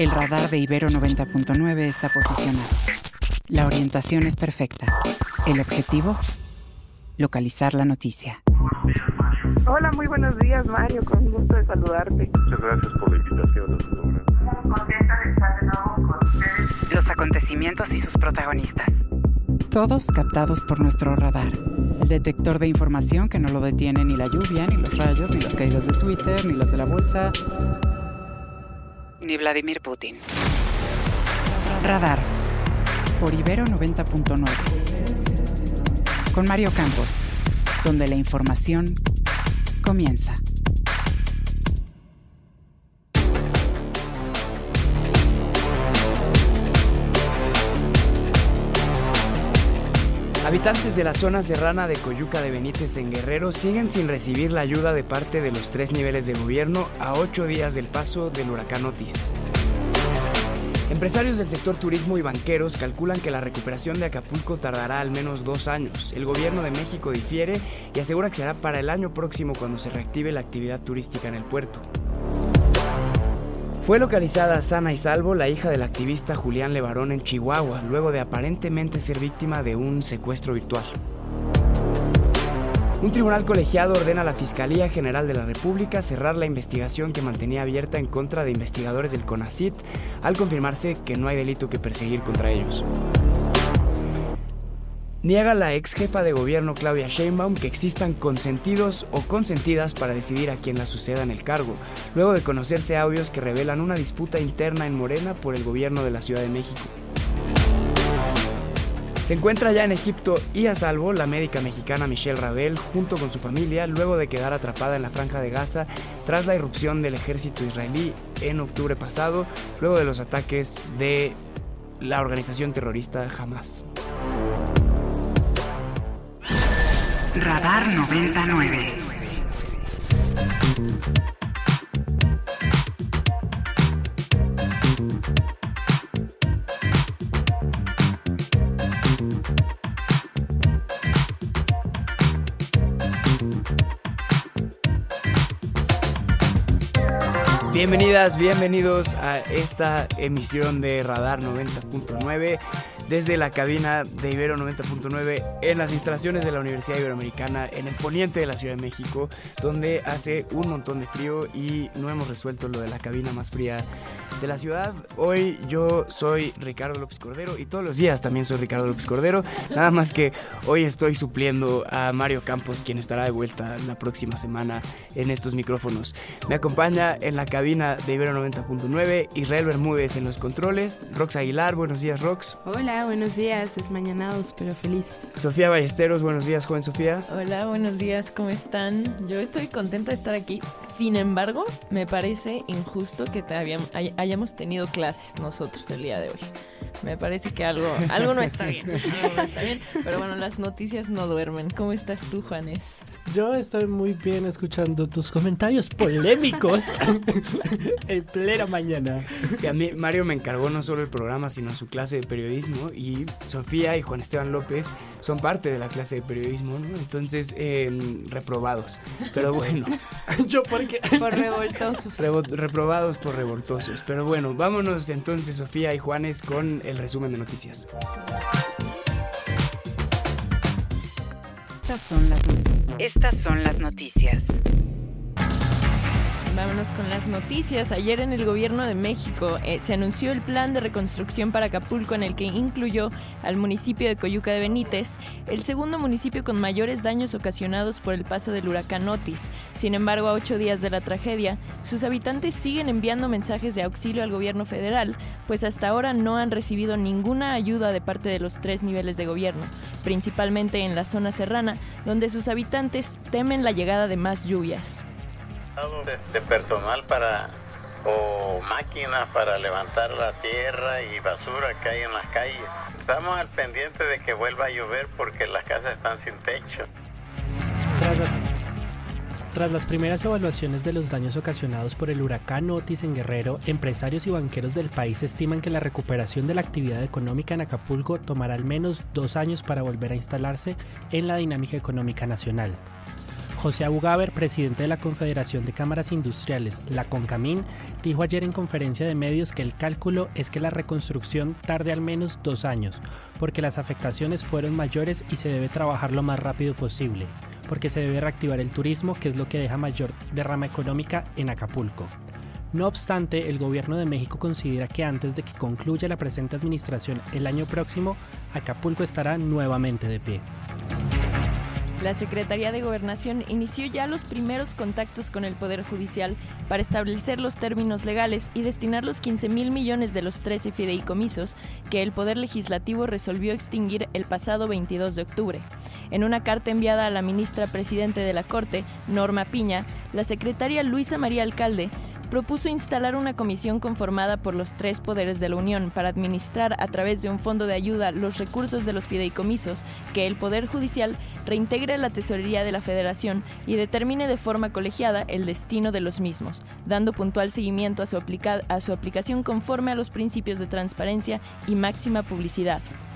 El radar de Ibero 90.9 está posicionado. La orientación es perfecta. El objetivo, localizar la noticia. Hola, muy buenos días, Mario. Con gusto de saludarte. Muchas gracias por la invitación a tu programa. Muy contenta de estar de nuevo con ustedes. Los acontecimientos y sus protagonistas. Todos captados por nuestro radar. El detector de información que no lo detiene ni la lluvia, ni los rayos, ni las caídas de Twitter, ni las de la bolsa, ni Vladimir Putin. Radar. Por Ibero 90.9. Con Mario Campos. Donde la información comienza. Habitantes de la zona serrana de Coyuca de Benítez en Guerrero siguen sin recibir la ayuda de parte de los 3 niveles de gobierno a 8 días del paso del huracán Otis. Empresarios del sector turismo y banqueros calculan que la recuperación de Acapulco tardará al menos 2 años. El gobierno de México difiere y asegura que será para el año próximo cuando se reactive la actividad turística en el puerto. Fue localizada sana y salvo la hija del activista Julián Levarón en Chihuahua, luego de aparentemente ser víctima de un secuestro virtual. Un tribunal colegiado ordena a la Fiscalía General de la República cerrar la investigación que mantenía abierta en contra de investigadores del CONACYT, al confirmarse que no hay delito que perseguir contra ellos. Niega la ex jefa de gobierno Claudia Sheinbaum que existan consentidos o consentidas para decidir a quién la suceda en el cargo, luego de conocerse audios que revelan una disputa interna en Morena por el gobierno de la Ciudad de México. Se encuentra ya en Egipto y a salvo la médica mexicana Michelle Rabel junto con su familia luego de quedar atrapada en la Franja de Gaza tras la irrupción del ejército israelí en octubre pasado, luego de los ataques de la organización terrorista Hamas. Radar 99. Bienvenidas, bienvenidos a esta emisión de Radar 90.9 desde la cabina de Ibero 90.9 en las instalaciones de la Universidad Iberoamericana en el poniente de la Ciudad de México, donde hace un montón de frío y no hemos resuelto lo de la cabina más fría de la ciudad. Hoy yo soy Ricardo López Cordero y todos los días también soy Ricardo López Cordero, nada más que hoy estoy supliendo a Mario Campos, quien estará de vuelta la próxima semana en estos micrófonos. Me acompaña en la cabina de Ibero 90.9 Israel Bermúdez en los controles, Rox Aguilar, buenos días Rox. Hola, buenos días, desmañanados pero felices. Sofía Ballesteros, buenos días, joven Sofía. Hola, buenos días, ¿cómo están? Yo estoy contenta de estar aquí. Sin embargo, me parece injusto que hayamos tenido clases nosotros el día de hoy. Me parece que algo no está bien. Algo no está bien. Pero bueno, las noticias no duermen. ¿Cómo estás tú, Juanes? Yo estoy muy bien escuchando tus comentarios polémicos en plena mañana. Y a mí Mario me encargó no solo el programa, sino su clase de periodismo. Y Sofía y Juan Esteban López son parte de la clase de periodismo, ¿no? Entonces, reprobados. Pero bueno. ¿Yo por qué? Por revoltosos. Reprobados por revoltosos. Pero bueno, vámonos entonces, Sofía y Juanes, con el resumen de noticias. Estas son las noticias. Vámonos con las noticias. Ayer en el gobierno de México se anunció el plan de reconstrucción para Acapulco, en el que incluyó al municipio de Coyuca de Benítez, el segundo municipio con mayores daños ocasionados por el paso del huracán Otis. Sin embargo, a 8 días de la tragedia, sus habitantes siguen enviando mensajes de auxilio al gobierno federal, pues hasta ahora no han recibido ninguna ayuda de parte de los 3 niveles de gobierno, principalmente en la zona serrana, donde sus habitantes temen la llegada de más lluvias. De personal o máquinas para levantar la tierra y basura que hay en las calles. Estamos al pendiente de que vuelva a llover porque las casas están sin techo. Tras las primeras evaluaciones de los daños ocasionados por el huracán Otis en Guerrero, empresarios y banqueros del país estiman que la recuperación de la actividad económica en Acapulco tomará al menos 2 años para volver a instalarse en la dinámica económica nacional. José Abugaber, presidente de la Confederación de Cámaras Industriales, la CONCAMIN, dijo ayer en conferencia de medios que el cálculo es que la reconstrucción tarde al menos 2 años, porque las afectaciones fueron mayores y se debe trabajar lo más rápido posible, porque se debe reactivar el turismo, que es lo que deja mayor derrama económica en Acapulco. No obstante, el gobierno de México considera que antes de que concluya la presente administración el año próximo, Acapulco estará nuevamente de pie. La Secretaría de Gobernación inició ya los primeros contactos con el Poder Judicial para establecer los términos legales y destinar los 15,000 millones de los 13 fideicomisos que el Poder Legislativo resolvió extinguir el pasado 22 de octubre. En una carta enviada a la ministra presidente de la Corte, Norma Piña, la secretaria Luisa María Alcalde propuso instalar una comisión conformada por los 3 poderes de la Unión para administrar a través de un fondo de ayuda los recursos de los fideicomisos, que el Poder Judicial reintegre a la Tesorería de la Federación y determine de forma colegiada el destino de los mismos, dando puntual seguimiento a su aplicación conforme a los principios de transparencia y máxima publicidad.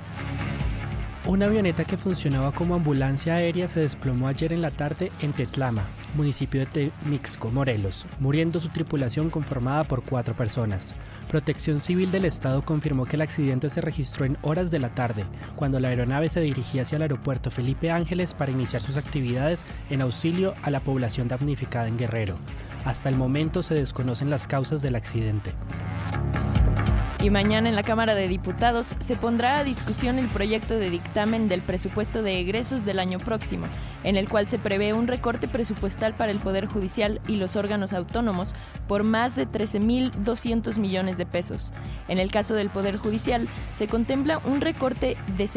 Una avioneta que funcionaba como ambulancia aérea se desplomó ayer en la tarde en Tetlama, municipio de Temixco, Morelos, muriendo su tripulación conformada por 4 personas. Protección Civil del Estado confirmó que el accidente se registró en horas de la tarde, cuando la aeronave se dirigía hacia el aeropuerto Felipe Ángeles para iniciar sus actividades en auxilio a la población damnificada en Guerrero. Hasta el momento se desconocen las causas del accidente. Y mañana en la Cámara de Diputados se pondrá a discusión el proyecto de dictamen del presupuesto de egresos del año próximo, en el cual se prevé un recorte presupuestal para el Poder Judicial y los órganos autónomos por más de 13,200 millones de pesos. En el caso del Poder Judicial, se contempla un recorte de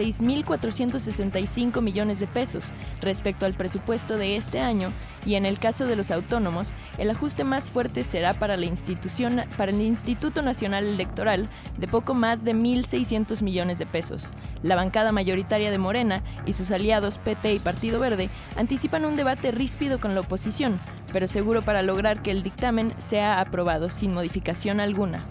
6,465 millones de pesos respecto al presupuesto de este año, y en el caso de los autónomos, el ajuste más fuerte será para el Instituto Nacional Electoral, de poco más de 1,600 millones de pesos. La bancada mayoritaria de Morena y sus aliados PT y Partido Verde anticipan un debate ríspido con la oposición, pero seguro para lograr que el dictamen sea aprobado sin modificación alguna.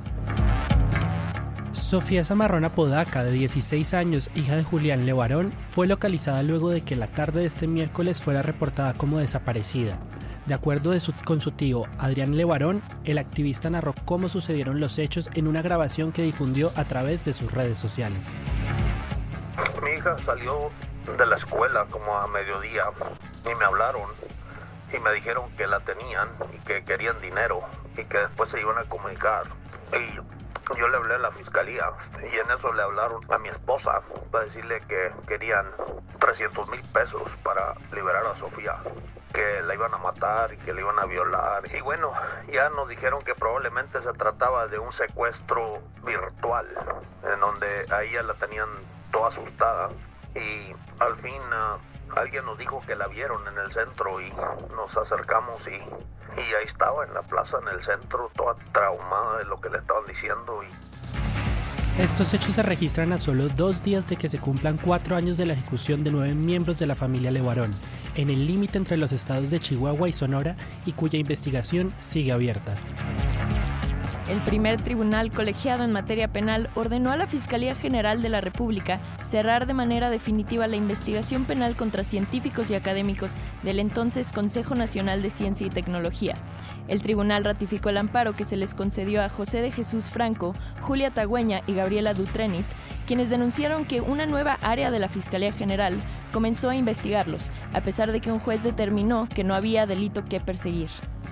Sofía Zamarrón Apodaca, de 16 años, hija de Julián Levarón, fue localizada luego de que la tarde de este miércoles fuera reportada como desaparecida. De acuerdo con su tío, Adrián Levarón, el activista narró cómo sucedieron los hechos en una grabación que difundió a través de sus redes sociales. Mi hija salió de la escuela como a mediodía y me hablaron y me dijeron que la tenían y que querían dinero y que después se iban a comunicar. Y yo le hablé a la fiscalía y en eso le hablaron a mi esposa para decirle que querían 300,000 pesos para liberar a Sofía, que la iban a matar y que la iban a violar. Y bueno, ya nos dijeron que probablemente se trataba de un secuestro virtual, en donde a ella la tenían toda asustada. Y al fin alguien nos dijo que la vieron en el centro y nos acercamos y ahí estaba en la plaza, en el centro, toda traumada de lo que le estaban diciendo. Estos hechos se registran a solo 2 días de que se cumplan 4 años de la ejecución de 9 miembros de la familia Levarón, en el límite entre los estados de Chihuahua y Sonora, y cuya investigación sigue abierta. El primer tribunal colegiado en materia penal ordenó a la Fiscalía General de la República cerrar de manera definitiva la investigación penal contra científicos y académicos del entonces Consejo Nacional de Ciencia y Tecnología. El tribunal ratificó el amparo que se les concedió a José de Jesús Franco, Julia Tagüeña y Gabriela Dutrenit, quienes denunciaron que una nueva área de la Fiscalía General comenzó a investigarlos, a pesar de que un juez determinó que no había delito que perseguir.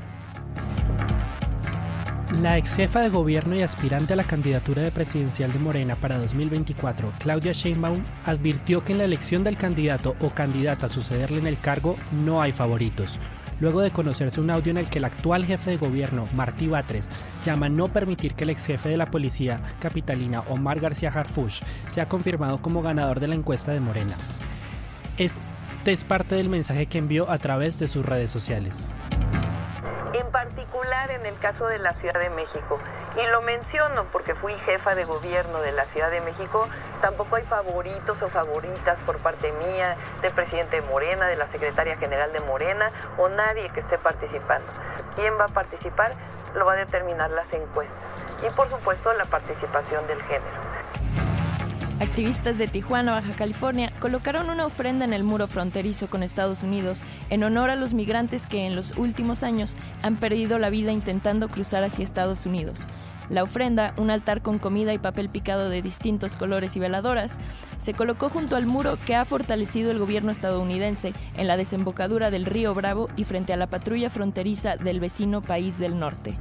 La ex jefa de gobierno y aspirante a la candidatura de presidencial de Morena para 2024, Claudia Sheinbaum, advirtió que en la elección del candidato o candidata a sucederle en el cargo no hay favoritos. Luego de conocerse un audio en el que el actual jefe de gobierno, Martí Batres, llama a no permitir que el ex jefe de la policía capitalina, Omar García Harfuch, sea confirmado como ganador de la encuesta de Morena. Este es parte del mensaje que envió a través de sus redes sociales. En particular en el caso de la Ciudad de México, y lo menciono porque fui jefa de gobierno de la Ciudad de México, tampoco hay favoritos o favoritas por parte mía, del presidente de Morena, de la secretaria general de Morena o nadie que esté participando. ¿Quién va a participar? Lo va a determinar las encuestas y por supuesto la participación del género. Activistas de Tijuana, Baja California, colocaron una ofrenda en el muro fronterizo con Estados Unidos en honor a los migrantes que en los últimos años han perdido la vida intentando cruzar hacia Estados Unidos. La ofrenda, un altar con comida y papel picado de distintos colores y veladoras, se colocó junto al muro que ha fortalecido el gobierno estadounidense en la desembocadura del río Bravo y frente a la patrulla fronteriza del vecino país del norte.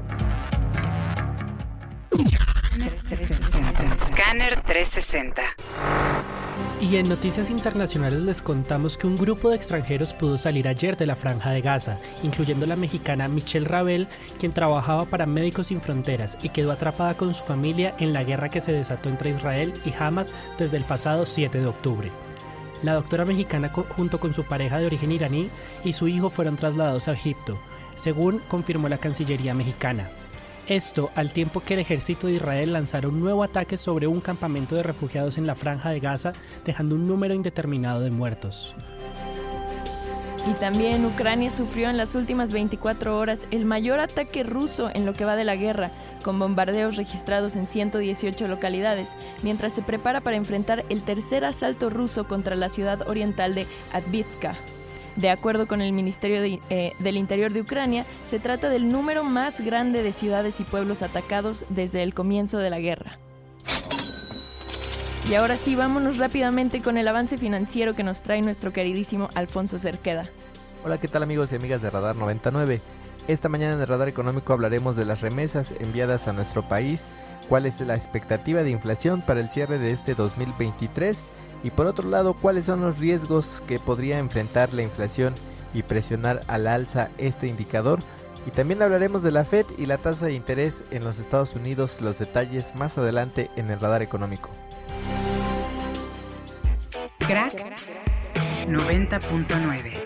Scanner 360. Y en noticias internacionales les contamos que un grupo de extranjeros pudo salir ayer de la Franja de Gaza, incluyendo la mexicana Michelle Ravel, quien trabajaba para Médicos Sin Fronteras y quedó atrapada con su familia en la guerra que se desató entre Israel y Hamas desde el pasado 7 de octubre. La doctora mexicana junto con su pareja de origen iraní y su hijo fueron trasladados a Egipto, según confirmó la Cancillería mexicana. Esto al tiempo que el ejército de Israel lanzara un nuevo ataque sobre un campamento de refugiados en la Franja de Gaza, dejando un número indeterminado de muertos. Y también Ucrania sufrió en las últimas 24 horas el mayor ataque ruso en lo que va de la guerra, con bombardeos registrados en 118 localidades, mientras se prepara para enfrentar el tercer asalto ruso contra la ciudad oriental de Avdiivka. De acuerdo con el Ministerio del Interior de Ucrania, se trata del número más grande de ciudades y pueblos atacados desde el comienzo de la guerra. Y ahora sí, vámonos rápidamente con el avance financiero que nos trae nuestro queridísimo Alfonso Cerqueda. Hola, ¿qué tal amigos y amigas de Radar 99? Esta mañana en el Radar Económico hablaremos de las remesas enviadas a nuestro país, cuál es la expectativa de inflación para el cierre de este 2023 y por otro lado, cuáles son los riesgos que podría enfrentar la inflación y presionar al alza este indicador. Y también hablaremos de la FED y la tasa de interés en los Estados Unidos, los detalles más adelante en el Radar Económico. Crack 90.9.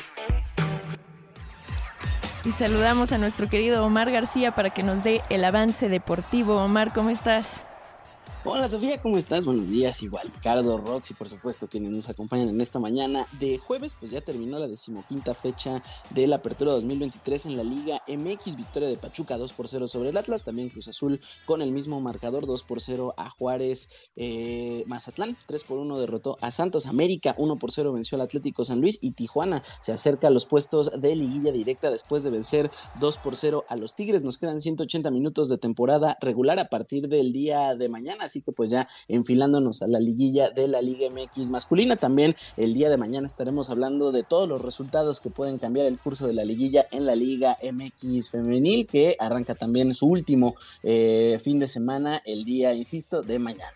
Y saludamos a nuestro querido Omar García para que nos dé el avance deportivo. Omar, ¿cómo estás? Hola Sofía, ¿cómo estás? Buenos días, igual Ricardo, Rox y por supuesto quienes nos acompañan en esta mañana de jueves, pues ya terminó la 15ª fecha de la Apertura 2023 en la Liga MX, victoria de Pachuca 2-0 sobre el Atlas, también Cruz Azul con el mismo marcador 2-0 a Juárez, Mazatlán 3-1 derrotó a Santos, América 1-0 venció al Atlético San Luis y Tijuana se acerca a los puestos de liguilla directa después de vencer 2-0 a los Tigres. Nos quedan 180 minutos de temporada regular a partir del día de mañana, así que pues ya enfilándonos a la liguilla de la Liga MX masculina. También el día de mañana estaremos hablando de todos los resultados que pueden cambiar el curso de la liguilla en la Liga MX femenil, que arranca también su último fin de semana el día, insisto, de mañana.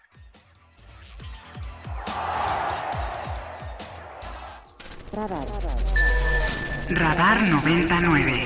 Radar 99.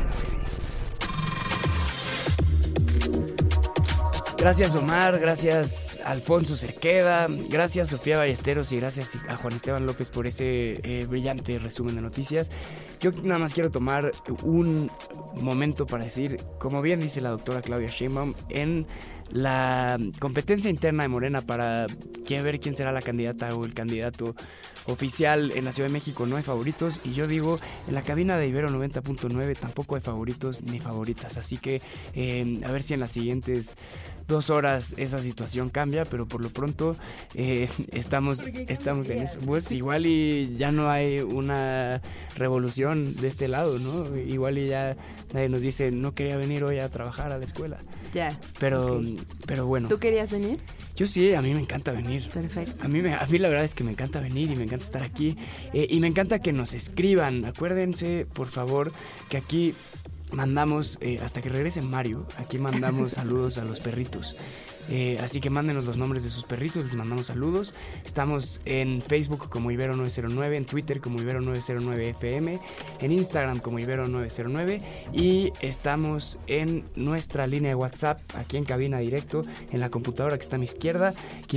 Gracias Omar, gracias Alfonso Cerqueda, gracias Sofía Ballesteros y gracias a Juan Esteban López por ese brillante resumen de noticias. Yo nada más quiero tomar un momento para decir, como bien dice la doctora Claudia Sheinbaum, en la competencia interna de Morena para ver quién será la candidata o el candidato oficial en la Ciudad de México no hay favoritos, y yo digo, en la cabina de Ibero 90.9 tampoco hay favoritos ni favoritas, así que a ver si en las siguientes 2 horas esa situación cambia, pero por lo pronto estamos en eso. Pues igual y ya no hay una revolución de este lado, ¿no? Igual y ya nadie nos dice, no quería venir hoy a trabajar a la escuela. Ya. Pero bueno. ¿Tú querías venir? Yo sí, a mí me encanta venir. Perfecto. A mí la verdad es que me encanta venir y me encanta estar aquí. Y me encanta que nos escriban. Acuérdense, por favor, que aquí mandamos, hasta que regrese Mario, aquí mandamos saludos a los perritos. Así que mándenos los nombres de sus perritos, les mandamos saludos. Estamos en Facebook como Ibero 909, en Twitter como Ibero 909 FM, en Instagram como Ibero 909 y estamos en nuestra línea de WhatsApp, aquí en cabina directo, en la computadora que está a mi izquierda,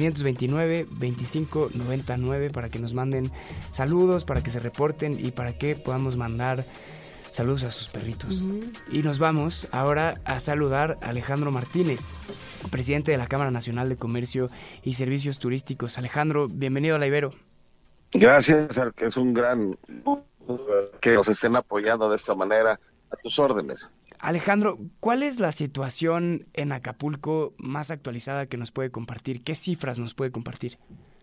529-2599, para que nos manden saludos, para que se reporten y para que podamos mandar saludos a sus perritos. Y nos vamos ahora a saludar a Alejandro Martínez, presidente de la Cámara Nacional de Comercio y Servicios Turísticos. Alejandro, bienvenido a la Ibero. Gracias, es un gran que nos estén apoyando de esta manera. A tus órdenes. Alejandro, ¿cuál es la situación en Acapulco más actualizada que nos puede compartir? ¿Qué cifras nos puede compartir?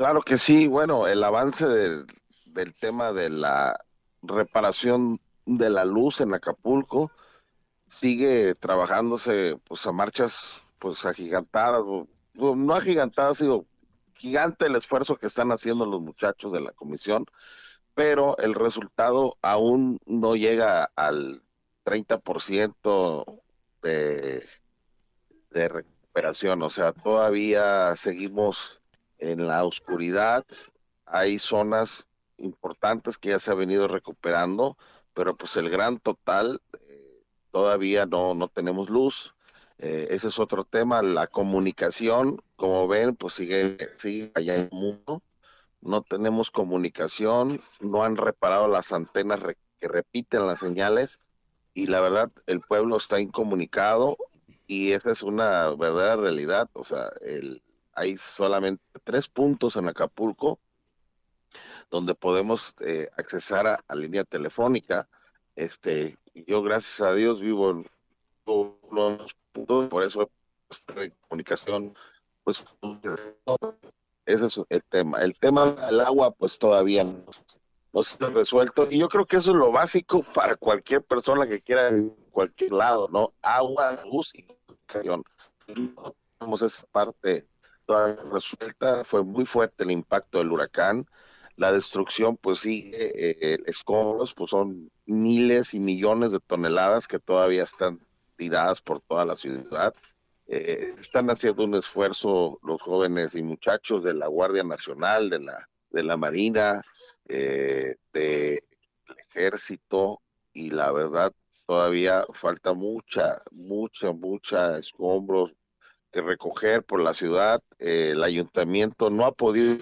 Claro que sí, bueno, el avance del tema de la reparación de la luz en Acapulco sigue trabajándose pues a marchas pues agigantadas, no agigantadas, sino gigante el esfuerzo que están haciendo los muchachos de la comisión, pero el resultado aún no llega al 30% de, de recuperación, o sea, todavía seguimos en la oscuridad, hay zonas importantes que ya se ha venido recuperando, pero pues el gran total todavía no tenemos luz. Ese es otro tema, la comunicación, como ven, pues sigue allá en el mundo. No tenemos comunicación, no han reparado las antenas que repiten las señales y la verdad el pueblo está incomunicado y esa es una verdadera realidad. O sea, hay solamente 3 puntos en Acapulco donde podemos accesar a línea telefónica. Yo gracias a Dios vivo en uno de los puntos, por eso en comunicación, pues ese es el tema. El tema del agua, pues todavía no se ha resuelto. Y yo creo que eso es lo básico para cualquier persona que quiera vivir en cualquier lado, ¿no? Agua, luz y comunicación. No tenemos esa parte todavía resuelta. Fue muy fuerte el impacto del huracán. La destrucción, pues sigue, escombros, pues son miles y millones de toneladas que todavía están tiradas por toda la ciudad. Están haciendo un esfuerzo los jóvenes y muchachos de la Guardia Nacional, de la Marina, del Ejército, y la verdad todavía falta mucha escombros que recoger por la ciudad. El ayuntamiento no ha podido,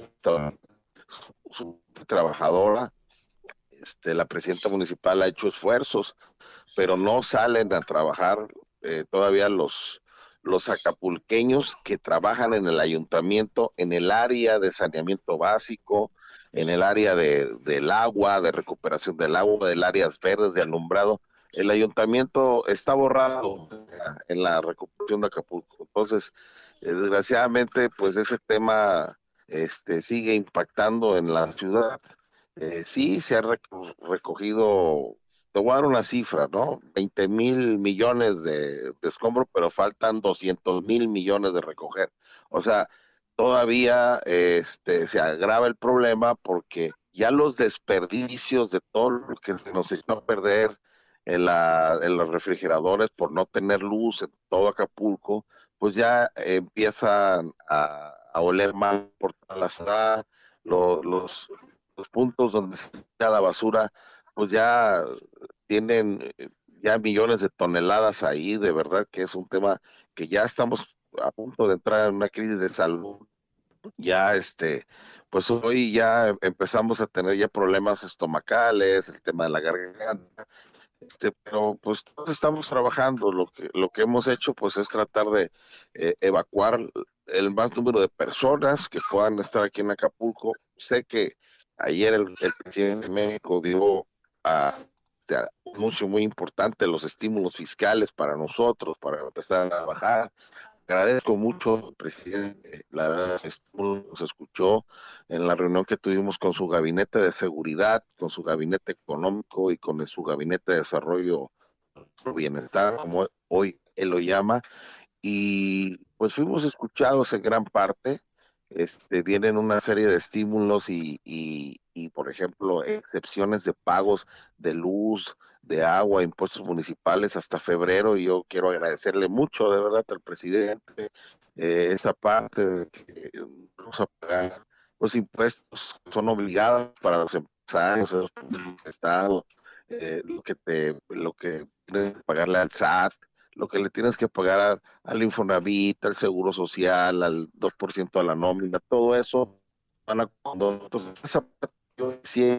su trabajadora, la presidenta municipal ha hecho esfuerzos, pero no salen a trabajar todavía los acapulqueños que trabajan en el ayuntamiento, en el área de saneamiento básico, en el área del agua, de recuperación del agua, del áreas verdes, de alumbrado. El ayuntamiento está borrado en la recuperación de Acapulco. Entonces, desgraciadamente, pues ese tema sigue impactando en la ciudad. Sí, se ha recogido, te voy a dar una cifra, ¿no? 20,000 millones de escombros, pero faltan 200,000 millones de recoger. O sea, todavía se agrava el problema porque ya los desperdicios de todo lo que se nos echó a perder en los refrigeradores por no tener luz en todo Acapulco, pues ya empiezan a oler mal por toda la ciudad. Los puntos donde se tira la basura, pues ya tienen ya millones de toneladas ahí. De verdad que es un tema que ya estamos a punto de entrar en una crisis de salud. Ya pues hoy ya empezamos a tener ya problemas estomacales, el tema de la garganta, pero pues todos estamos trabajando. Lo que hemos hecho pues es tratar de evacuar el más número de personas que puedan estar aquí en Acapulco. Sé que ayer el presidente de México dio un anuncio muy importante, los estímulos fiscales para nosotros, para empezar a trabajar. Agradezco mucho al presidente, la verdad, nos escuchó en la reunión que tuvimos con su gabinete de seguridad, con su gabinete económico y con su gabinete de desarrollo bienestar, como hoy él lo llama, y pues fuimos escuchados en gran parte. Vienen una serie de estímulos y por ejemplo, excepciones de pagos de luz, de agua, impuestos municipales hasta febrero, y yo quiero agradecerle mucho, de verdad, al presidente, esta parte de que vamos a pagar los impuestos que son obligados para los empresarios, los del Estado, lo que tienes que pagarle al SAT, lo que le tienes que pagar al Infonavit, al Seguro Social, al 2% de la nómina, todo eso van a cuando esa parte yo decía,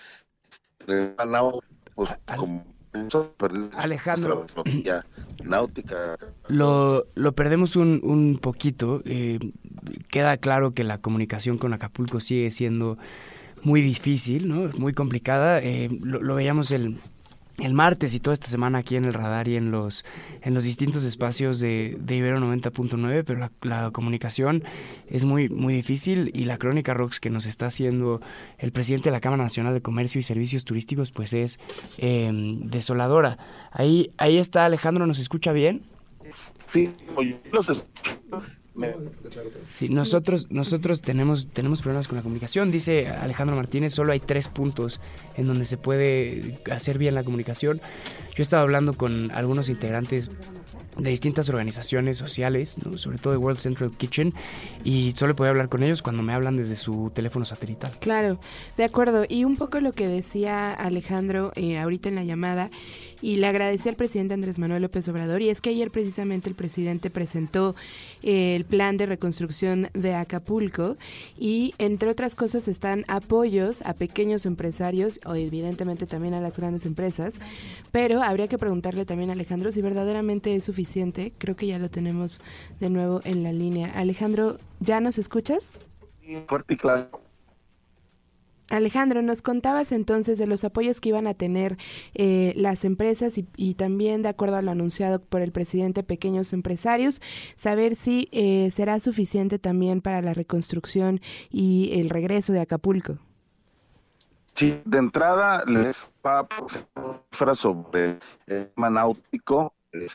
pues como Alejandro, náutica. Lo perdemos un poquito. Queda claro que la comunicación con Acapulco sigue siendo muy difícil, ¿no? Muy complicada. Lo veíamos el el martes y toda esta semana aquí en el radar y en los distintos espacios de Ibero 90.9, pero la comunicación es muy, muy difícil, y la crónica Rox que nos está haciendo el presidente de la Cámara Nacional de Comercio y Servicios Turísticos pues es desoladora. Ahí está Alejandro, ¿nos escucha bien? Sí, yo los escucho. Sí, nosotros tenemos problemas con la comunicación. Dice Alejandro Martínez, solo hay 3 puntos en donde se puede hacer bien la comunicación. Yo he estado hablando con algunos integrantes de distintas organizaciones sociales, ¿no? Sobre todo de World Central Kitchen, y solo puedo hablar con ellos cuando me hablan desde su teléfono satelital. Claro, de acuerdo. Y un poco lo que decía Alejandro ahorita en la llamada, y le agradecí al presidente Andrés Manuel López Obrador, y es que ayer precisamente el presidente presentó el plan de reconstrucción de Acapulco, y entre otras cosas están apoyos a pequeños empresarios, o evidentemente también a las grandes empresas, pero habría que preguntarle también a Alejandro si verdaderamente es suficiente. Creo que ya lo tenemos de nuevo en la línea. Alejandro, ¿ya nos escuchas? Sí, fuerte y claro. Alejandro, nos contabas entonces de los apoyos que iban a tener las empresas y también, de acuerdo a lo anunciado por el presidente, pequeños empresarios, saber si será suficiente también para la reconstrucción y el regreso de Acapulco. Sí, de entrada les va a pasar sobre el tema náutico,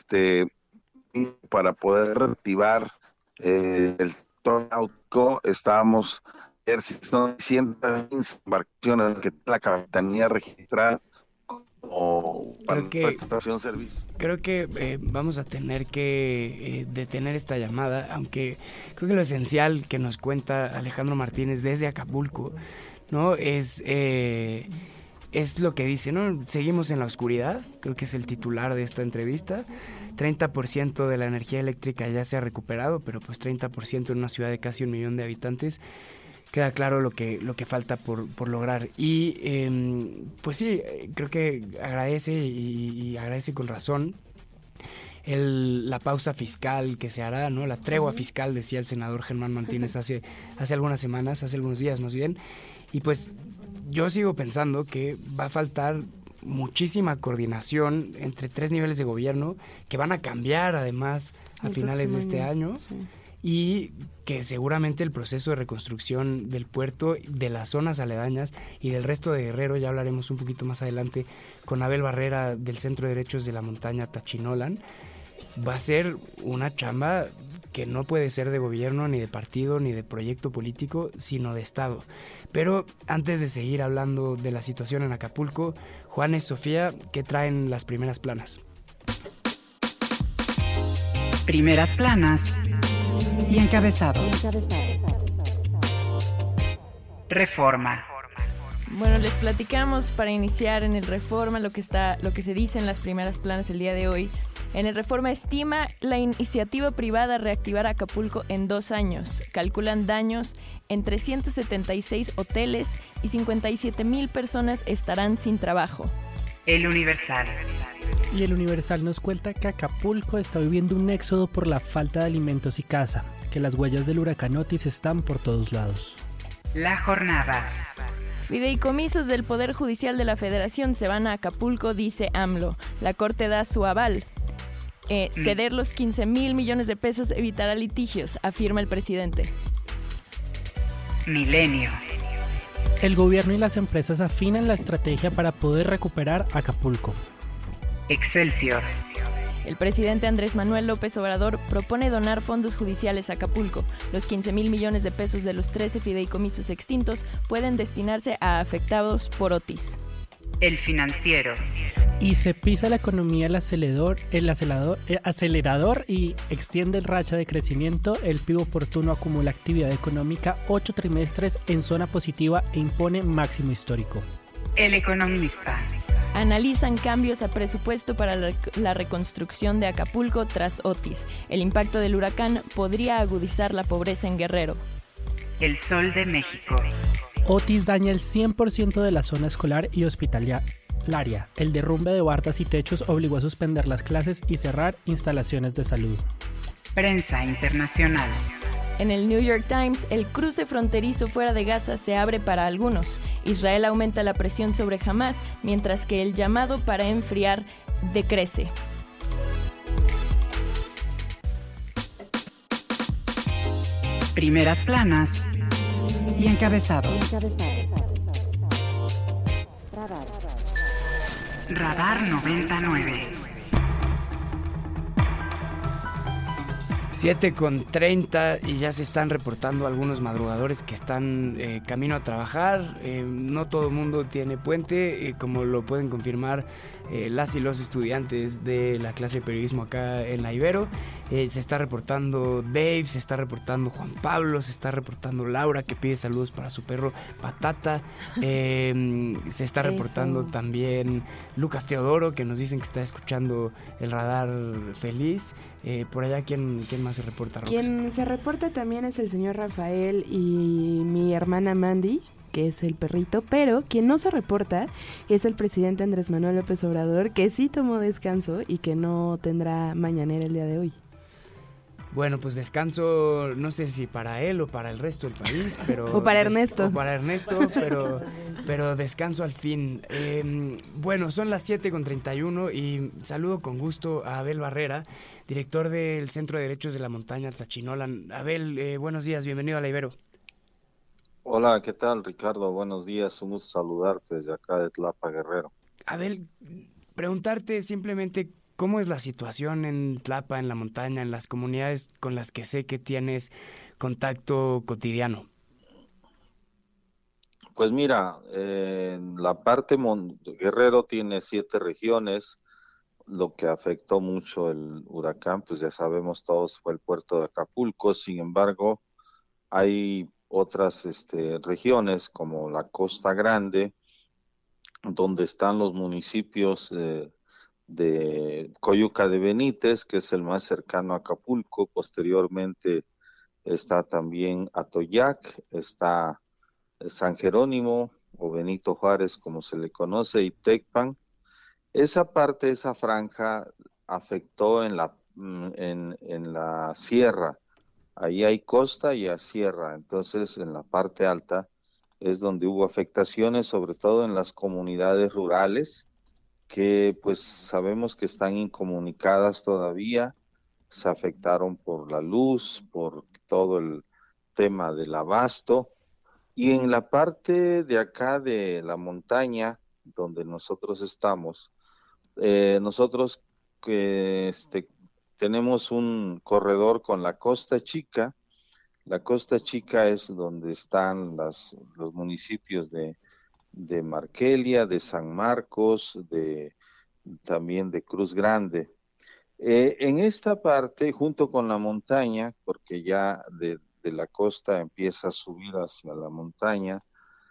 para poder reactivar el sector náutico. Estábamos 115 embarcaciones que la capitanía registrada como para prestación de servicio. Creo que vamos a tener que detener esta llamada, aunque creo que lo esencial que nos cuenta Alejandro Martínez desde Acapulco, ¿no? Es lo que dice, ¿no? Seguimos en la oscuridad, creo que es el titular de esta entrevista. 30% de la energía eléctrica ya se ha recuperado, pero pues 30% en una ciudad de casi 1 millón de habitantes. Queda claro lo que falta por lograr. Y pues sí, creo que agradece y agradece con razón la pausa fiscal que se hará, ¿no? La tregua fiscal, decía el senador Germán Martínez hace algunas semanas, hace algunos días más bien. Y pues yo sigo pensando que va a faltar muchísima coordinación entre 3 niveles de gobierno que van a cambiar además a finales de este año. Sí. Y que seguramente el proceso de reconstrucción del puerto, de las zonas aledañas y del resto de Guerrero, ya hablaremos un poquito más adelante con Abel Barrera del Centro de Derechos de la Montaña Tachinolan, va a ser una chamba que no puede ser de gobierno, ni de partido, ni de proyecto político, sino de Estado. Pero antes de seguir hablando de la situación en Acapulco, Juanes, Sofía, ¿qué traen las primeras planas? Primeras planas y encabezados. Reforma. Bueno, les platicamos para iniciar en el Reforma lo que se dice en las primeras planas el día de hoy. En el Reforma estima la iniciativa privada reactivar Acapulco en 2 años. Calculan daños en 376 hoteles y 57,000 personas estarán sin trabajo. El Universal. Y el Universal nos cuenta que Acapulco está viviendo un éxodo por la falta de alimentos y casa, que las huellas del huracán Otis están por todos lados. La Jornada. Fideicomisos del Poder Judicial de la Federación se van a Acapulco, dice AMLO. La Corte da su aval. Ceder los 15,000 millones de pesos evitará litigios, afirma el presidente. Milenio. El gobierno y las empresas afinan la estrategia para poder recuperar Acapulco. Excelsior. El presidente Andrés Manuel López Obrador propone donar fondos judiciales a Acapulco. Los 15,000 millones de pesos de los 13 fideicomisos extintos pueden destinarse a afectados por Otis. El Financiero. Y se pisa la economía el acelerador y extiende el racha de crecimiento. El PIB oportuno acumula actividad económica 8 trimestres en zona positiva e impone máximo histórico. El Economista. Analizan cambios a presupuesto para la reconstrucción de Acapulco tras Otis. El impacto del huracán podría agudizar la pobreza en Guerrero. El Sol de México. Otis daña el 100% de la zona escolar y hospitalaria. El derrumbe de bardas y techos obligó a suspender las clases y cerrar instalaciones de salud. Prensa internacional. En el New York Times, el cruce fronterizo fuera de Gaza se abre para algunos. Israel aumenta la presión sobre Hamás, mientras que el llamado para enfriar decrece. Primeras planas y encabezados. Radar 99. 7:30 y ya se están reportando algunos madrugadores que están camino a trabajar. No todo el mundo tiene puente, como lo pueden confirmar las y los estudiantes de la clase de periodismo acá en la Ibero. Se está reportando Dave, se está reportando Juan Pablo, se está reportando Laura, que pide saludos para su perro Patata. Se está reportando también Lucas Teodoro, que nos dicen que está escuchando el radar feliz. Por allá, ¿quién más se reporta, Rox? Quien se reporta también es el señor Rafael y mi hermana Mandy, que es el perrito, pero quien no se reporta es el presidente Andrés Manuel López Obrador, que sí tomó descanso y que no tendrá mañanera el día de hoy. Bueno, pues descanso, no sé si para él o para el resto del país, pero... o para Ernesto. O para Ernesto, pero descanso al fin. Bueno, son las 7:31 y saludo con gusto a Abel Barrera, director del Centro de Derechos de la Montaña Tachinola. Abel, buenos días, bienvenido a la Ibero. Hola, ¿qué tal, Ricardo? Buenos días, un gusto saludarte desde acá de Tlapa, Guerrero. Abel, preguntarte simplemente cómo es la situación en Tlapa, en la montaña, en las comunidades con las que sé que tienes contacto cotidiano. Pues mira, la parte Guerrero tiene 7 regiones. Lo que afectó mucho el huracán, pues ya sabemos todos, fue el puerto de Acapulco. Sin embargo, hay otras regiones como la Costa Grande, donde están los municipios de Coyuca de Benítez, que es el más cercano a Acapulco. Posteriormente está también Atoyac, está San Jerónimo o Benito Juárez, como se le conoce, y Tecpan. Esa parte, esa franja afectó en la sierra. Ahí hay costa y hay sierra, entonces en la parte alta es donde hubo afectaciones, sobre todo en las comunidades rurales, que pues sabemos que están incomunicadas todavía, se afectaron por la luz, por todo el tema del abasto, y en la parte de acá de la montaña, donde nosotros estamos, nosotros tenemos un corredor con la Costa Chica. La Costa Chica es donde están los municipios de Marquelia, de San Marcos, también de Cruz Grande. En esta parte, junto con la montaña, porque ya de la costa empieza a subir hacia la montaña,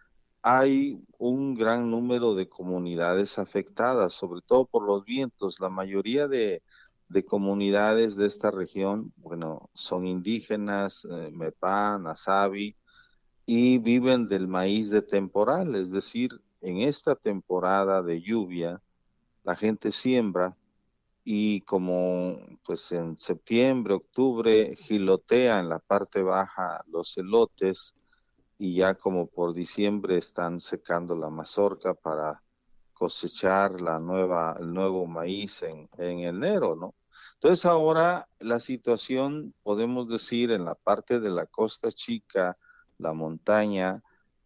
hay un gran número de comunidades afectadas, sobre todo por los vientos. La mayoría de comunidades de esta región, bueno, son indígenas, Mepán, Asabi, y viven del maíz de temporal, es decir, en esta temporada de lluvia, la gente siembra y como pues en septiembre, octubre, gilotea en la parte baja los elotes y ya como por diciembre están secando la mazorca para cosechar el nuevo maíz en enero, ¿no? Entonces ahora la situación, podemos decir, en la parte de la Costa Chica, la montaña,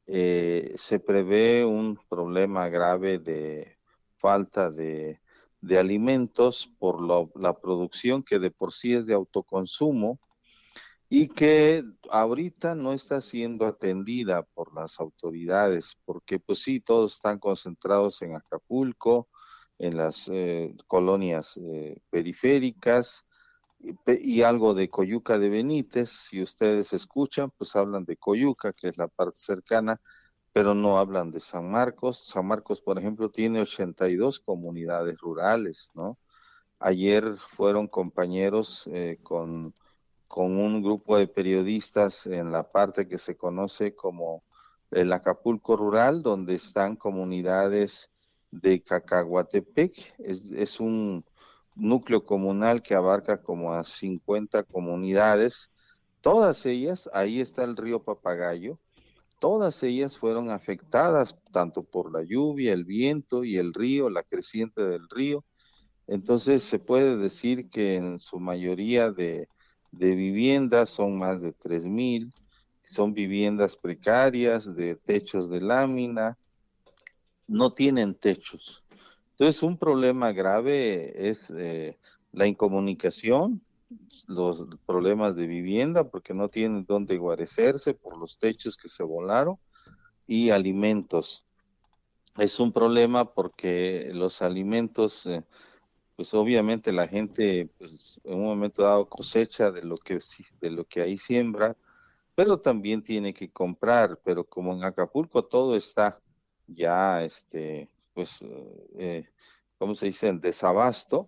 se prevé un problema grave de falta de alimentos por la producción que de por sí es de autoconsumo y que ahorita no está siendo atendida por las autoridades, porque pues sí, todos están concentrados en Acapulco, en las colonias periféricas y algo de Coyuca de Benítez. Si ustedes escuchan, pues hablan de Coyuca, que es la parte cercana, pero no hablan de San Marcos. San Marcos, por ejemplo, tiene 82 comunidades rurales, ¿no? Ayer fueron compañeros con un grupo de periodistas en la parte que se conoce como el Acapulco Rural, donde están comunidades de Cacahuatepec. Es un núcleo comunal que abarca como a 50 comunidades todas ellas, ahí está el río Papagayo, todas ellas fueron afectadas tanto por la lluvia, el viento y el río, la creciente del río. Entonces se puede decir que en su mayoría de viviendas, son más de 3,000, son viviendas precarias, de techos de lámina, no tienen techos. Entonces un problema grave es la incomunicación, los problemas de vivienda, porque no tienen dónde guarecerse por los techos que se volaron, y alimentos. Es un problema porque los alimentos, pues obviamente la gente, pues en un momento dado cosecha de lo que ahí siembra, pero también tiene que comprar. Pero como en Acapulco todo está ya, pues, ¿cómo se dice?, en desabasto.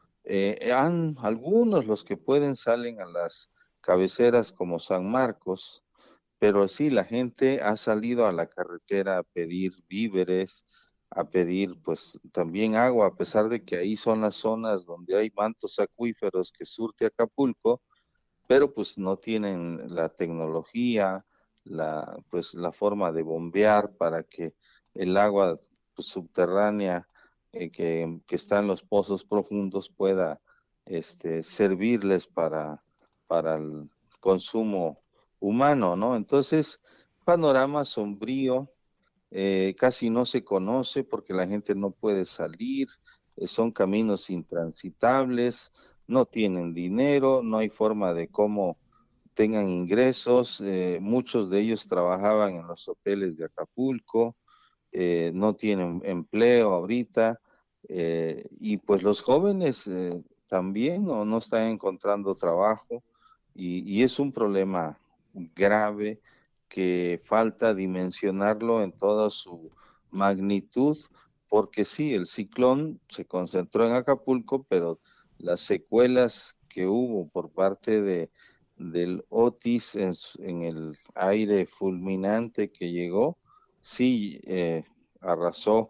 Algunos, los que pueden, salen a las cabeceras como San Marcos, pero sí, la gente ha salido a la carretera a pedir víveres, a pedir pues también agua, a pesar de que ahí son las zonas donde hay mantos acuíferos que surte Acapulco, pero pues no tienen la tecnología, pues la forma de bombear para que el agua, pues, subterránea, que está en los pozos profundos, pueda servirles para el consumo humano, ¿no? Entonces, panorama sombrío, casi no se conoce porque la gente no puede salir, son caminos intransitables, no tienen dinero, no hay forma de cómo tengan ingresos. Muchos de ellos trabajaban en los hoteles de Acapulco, no tienen empleo ahorita, y pues los jóvenes también no están encontrando trabajo, y es un problema grave que falta dimensionarlo en toda su magnitud, porque sí, el ciclón se concentró en Acapulco, pero las secuelas que hubo por parte del Otis en el aire fulminante que llegó, sí, arrasó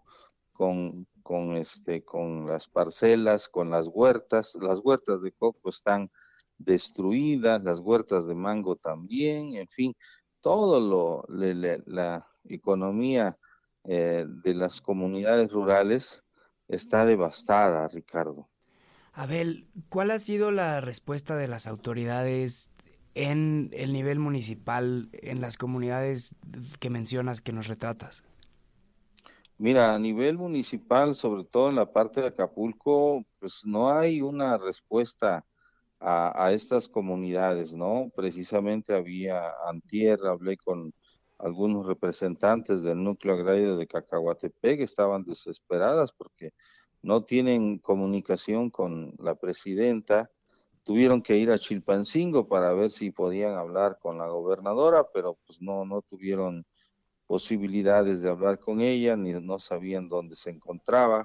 con las parcelas, con las huertas de coco están destruidas, las huertas de mango también, en fin, todo la economía de las comunidades rurales está devastada, Ricardo. Abel, ¿cuál ha sido la respuesta de las autoridades en el nivel municipal, en las comunidades que mencionas, que nos retratas? Mira, a nivel municipal, sobre todo en la parte de Acapulco, pues no hay una respuesta a estas comunidades, ¿no? Precisamente antier hablé con algunos representantes del núcleo agrario de Cacahuatepec, que estaban desesperadas porque no tienen comunicación con la presidenta. Tuvieron que ir a Chilpancingo para ver si podían hablar con la gobernadora, pero pues no tuvieron posibilidades de hablar con ella, ni no sabían dónde se encontraba.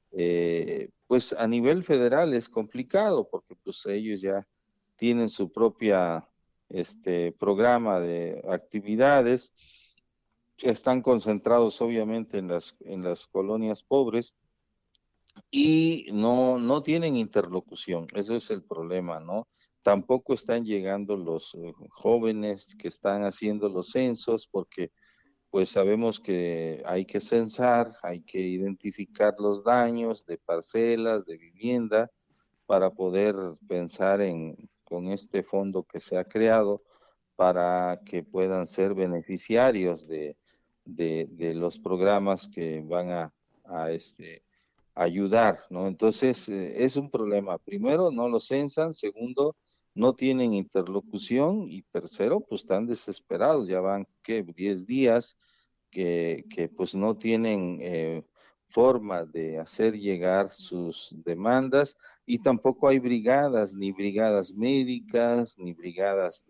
Pues a nivel federal es complicado porque pues ellos ya tienen su propia programa de actividades, están concentrados obviamente en las colonias pobres y no tienen interlocución. Eso es el problema, ¿no? Tampoco están llegando los jóvenes que están haciendo los censos, porque pues sabemos que hay que censar, hay que identificar los daños de parcelas, de vivienda, para poder pensar con este fondo que se ha creado, para que puedan ser beneficiarios de los programas que van a ayudar, ¿no? Entonces, es un problema. Primero, no lo censan. Segundo, no tienen interlocución. Y tercero, pues están desesperados. Ya van, 10 días que pues no tienen forma de hacer llegar sus demandas, y tampoco hay brigadas, ni brigadas médicas, ni brigadas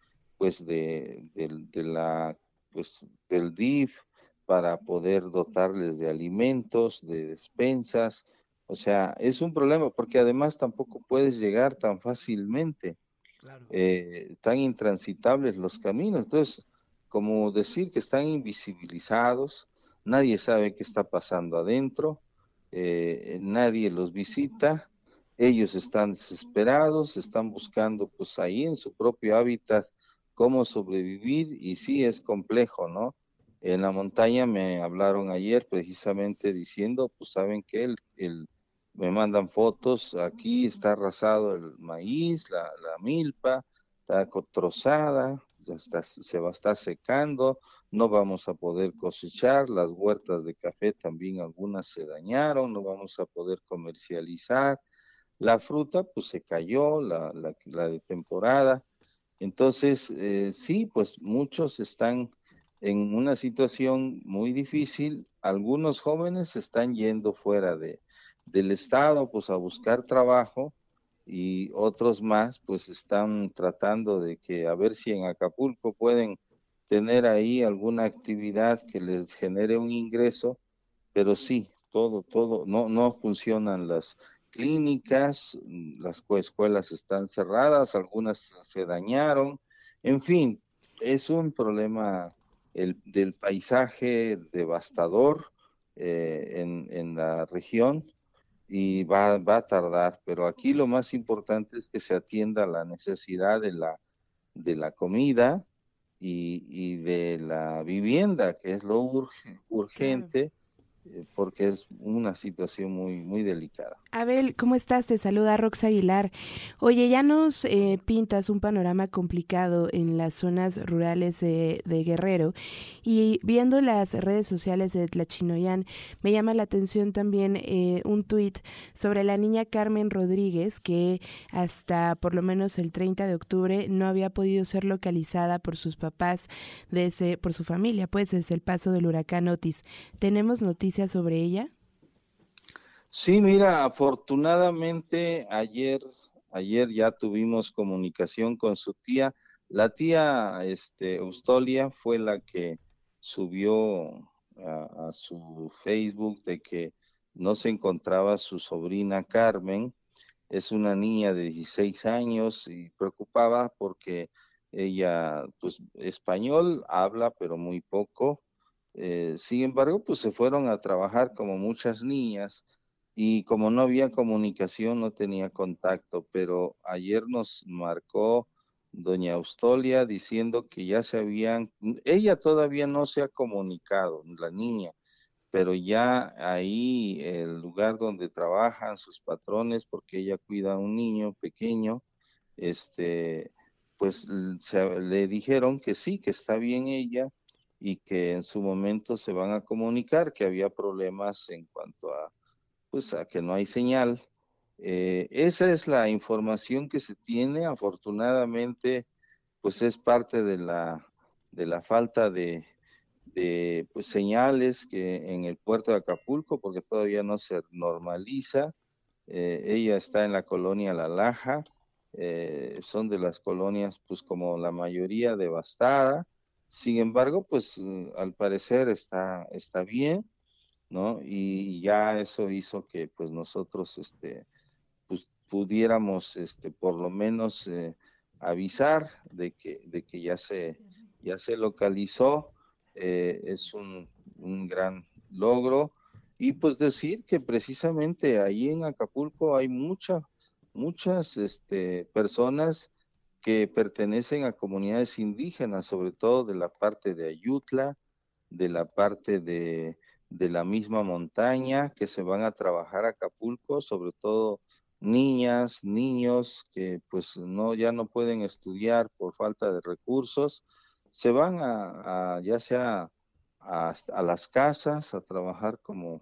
del DIF, para poder dotarles de alimentos, de despensas. O sea, es un problema porque además tampoco puedes llegar tan fácilmente. Claro. Tan intransitables los caminos. Entonces, como decir que están invisibilizados, nadie sabe qué está pasando adentro, nadie los visita, ellos están desesperados, están buscando pues ahí en su propio hábitat cómo sobrevivir, y sí es complejo, ¿no? En la montaña me hablaron ayer precisamente diciendo, pues saben que me mandan fotos, aquí está arrasado el maíz, la milpa, está trozada, se va a estar secando, no vamos a poder cosechar, las huertas de café también algunas se dañaron, no vamos a poder comercializar, la fruta pues se cayó, la de temporada. Entonces, sí, pues muchos están en una situación muy difícil. Algunos jóvenes están yendo fuera del estado, pues a buscar trabajo, y otros más, pues están tratando de que a ver si en Acapulco pueden tener ahí alguna actividad que les genere un ingreso, pero sí, todo, no funcionan las clínicas, las escuelas están cerradas, algunas se dañaron, en fin, es un problema del paisaje devastador en la región, y va a tardar, pero aquí lo más importante es que se atienda la necesidad de la comida y de la vivienda, que es lo urgente, porque es una situación muy delicada. Abel, ¿cómo estás? Te saluda Rox Aguilar. Oye, ya nos pintas un panorama complicado en las zonas rurales de Guerrero, y viendo las redes sociales de Tlachinoyán, me llama la atención también un tuit sobre la niña Carmen Rodríguez, que hasta por lo menos el 30 de octubre no había podido ser localizada por sus papás, por su familia, pues desde el paso del huracán Otis. ¿Tenemos noticias sobre ella? Sí, mira, afortunadamente ayer ya tuvimos comunicación con su tía. La tía Eustolia fue la que subió a su Facebook de que no se encontraba su sobrina Carmen. Es una niña de 16 años y preocupaba porque ella, pues, español habla, pero muy poco. Sin embargo, pues se fueron a trabajar como muchas niñas, y como no había comunicación, no tenía contacto, pero ayer nos marcó doña Eustolia diciendo que ya ella todavía no se ha comunicado, la niña, pero ya ahí el lugar donde trabajan sus patrones, porque ella cuida a un niño pequeño, pues le dijeron que sí, que está bien ella, y que en su momento se van a comunicar, que había problemas en cuanto a que no hay señal. Esa es la información que se tiene. Afortunadamente, pues es parte de la falta de pues, señales que en el puerto de Acapulco, porque todavía no se normaliza. Ella está en la colonia La Laja, son de las colonias, pues como la mayoría, devastada. Sin embargo, pues al parecer está bien, ¿no? Y ya eso hizo que pues nosotros pues pudiéramos por lo menos avisar de que ya se localizó. Es un gran logro, y pues decir que precisamente ahí en Acapulco hay muchas personas que pertenecen a comunidades indígenas, sobre todo de la parte de Ayutla, de la parte de la misma montaña, que se van a trabajar a Acapulco, sobre todo niñas, niños que pues ya no pueden estudiar por falta de recursos, se van ya sea a las casas a trabajar como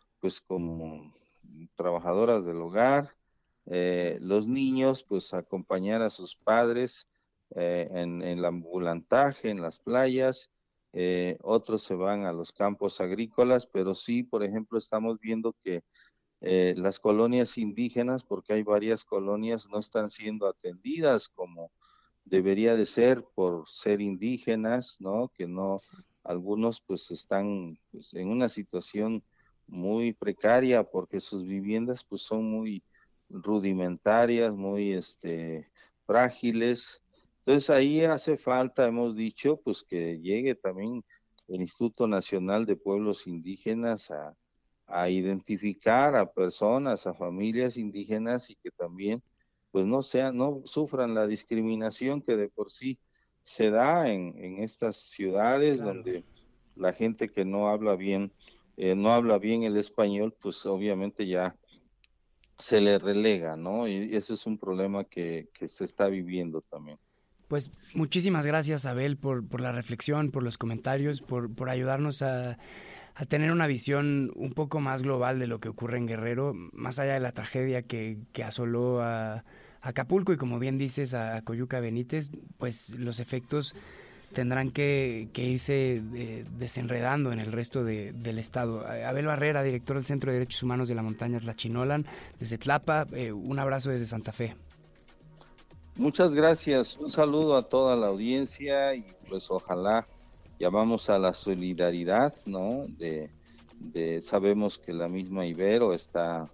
trabajadoras del hogar, los niños pues acompañar a sus padres en el ambulantaje, en las playas. Otros se van a los campos agrícolas, pero sí, por ejemplo, estamos viendo que las colonias indígenas, porque hay varias colonias, no están siendo atendidas como debería de ser por ser indígenas, ¿no? Que no, algunos pues están pues, en una situación muy precaria porque sus viviendas pues son muy rudimentarias, muy frágiles. Entonces ahí hace falta, hemos dicho, pues que llegue también el Instituto Nacional de Pueblos Indígenas a identificar a personas, a familias indígenas, y que también pues no sufran la discriminación que de por sí se da en estas ciudades donde la gente que no habla bien el español, pues obviamente ya se le relega, ¿no? Y eso es un problema que se está viviendo también. Pues muchísimas gracias, Abel, por la reflexión, por los comentarios, por ayudarnos a tener una visión un poco más global de lo que ocurre en Guerrero, más allá de la tragedia que asoló a Acapulco y, como bien dices, a Coyuca Benítez, pues los efectos tendrán que irse desenredando en el resto del estado. Abel Barrera, director del Centro de Derechos Humanos de la Montaña Tlachinolan, desde Tlapa, un abrazo desde Santa Fe. Muchas gracias, un saludo a toda la audiencia y pues ojalá llamamos a la solidaridad, ¿no? Sabemos que la misma Ibero está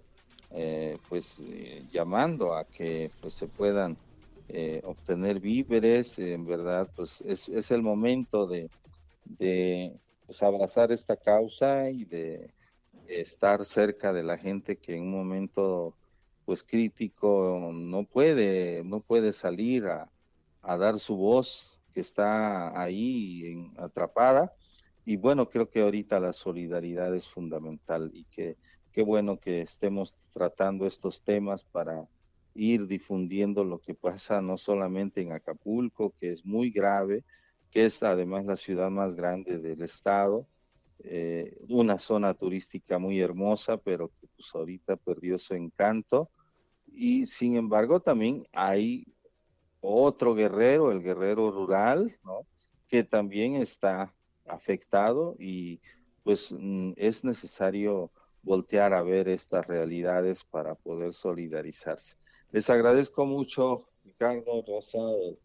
llamando a que pues se puedan obtener víveres. En verdad pues es el momento de pues abrazar esta causa y de estar cerca de la gente que en un momento pues crítico no puede salir a dar su voz, que está ahí atrapada. Y bueno, creo que ahorita la solidaridad es fundamental y qué bueno que estemos tratando estos temas para ir difundiendo lo que pasa no solamente en Acapulco, que es muy grave, que es además la ciudad más grande del estado, una zona turística muy hermosa, pero que pues ahorita perdió su encanto. Y sin embargo también hay otro Guerrero, el Guerrero rural, ¿no? Que también está afectado y pues es necesario voltear a ver estas realidades para poder solidarizarse. Les agradezco mucho, Ricardo, Rosa,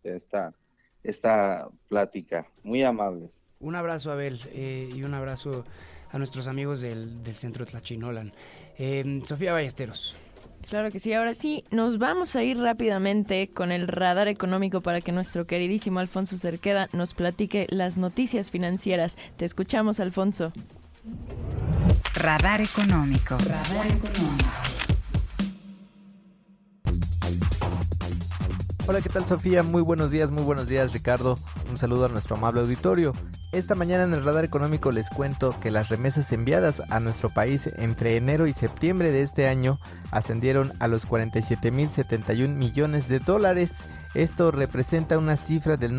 esta plática, muy amables. Un abrazo, Abel, y un abrazo a nuestros amigos del Centro Tlachinolan. Sofía Ballesteros. Claro que sí, ahora sí, nos vamos a ir rápidamente con el radar económico para que nuestro queridísimo Alfonso Cerqueda nos platique las noticias financieras. Te escuchamos, Alfonso. Radar económico. Radar económico. Hola, ¿qué tal, Sofía? Muy buenos días, Ricardo. Un saludo a nuestro amable auditorio. Esta mañana en el Radar Económico les cuento que las remesas enviadas a nuestro país entre enero y septiembre de este año ascendieron a los 47.071 millones de dólares. Esto representa una cifra del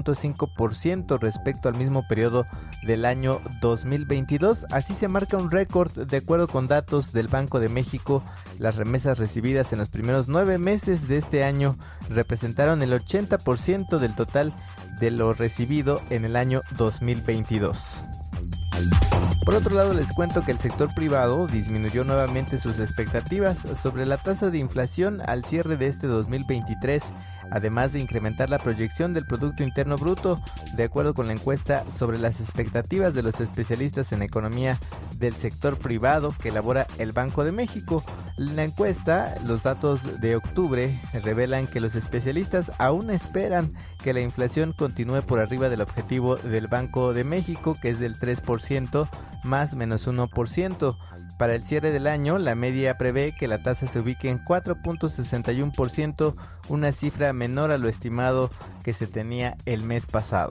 9.5% respecto al mismo periodo del año 2022. Así se marca un récord. De acuerdo con datos del Banco de México, las remesas recibidas en los primeros 9 meses de este año representaron el 80% del total de lo recibido en el año 2022. Por otro lado, les cuento que el sector privado disminuyó nuevamente sus expectativas sobre la tasa de inflación al cierre de este 2023, además de incrementar la proyección del Producto Interno Bruto, de acuerdo con la encuesta sobre las expectativas de los especialistas en economía del sector privado que elabora el Banco de México. La encuesta, los datos de octubre, revelan que los especialistas aún esperan que la inflación continúe por arriba del objetivo del Banco de México, que es del 3% más menos 1%. Para el cierre del año, la media prevé que la tasa se ubique en 4.61%, una cifra menor a lo estimado que se tenía el mes pasado.